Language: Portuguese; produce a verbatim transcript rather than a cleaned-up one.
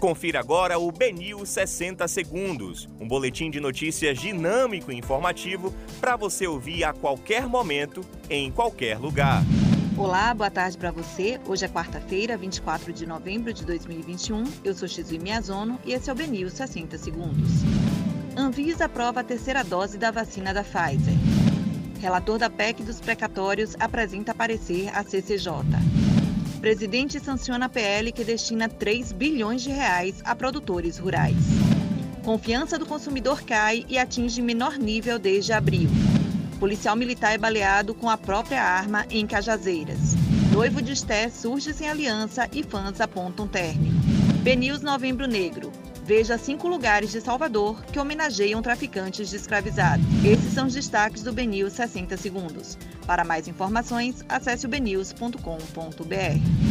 Confira agora o B News sessenta segundos, um boletim de notícias dinâmico e informativo para você ouvir a qualquer momento, em qualquer lugar. Olá, boa tarde para você. Hoje é quarta-feira, vinte e quatro de novembro de dois mil e vinte e um. Eu sou Xizui Miyazono e esse é o B News sessenta segundos. Anvisa aprova a terceira dose da vacina da Pfizer. Relator da P E C dos precatórios apresenta parecer à C C J. Presidente sanciona a P L que destina três bilhões de reais a produtores rurais. Confiança do consumidor cai e atinge menor nível desde abril. Policial militar é baleado com a própria arma em Cajazeiras. Noivo de Esté surge sem aliança e fãs apontam término. B News Novembro Negro. Veja cinco lugares de Salvador que homenageiam traficantes de escravizados. Esses são os destaques do B News sessenta segundos. Para mais informações, acesse o b news ponto com ponto b r.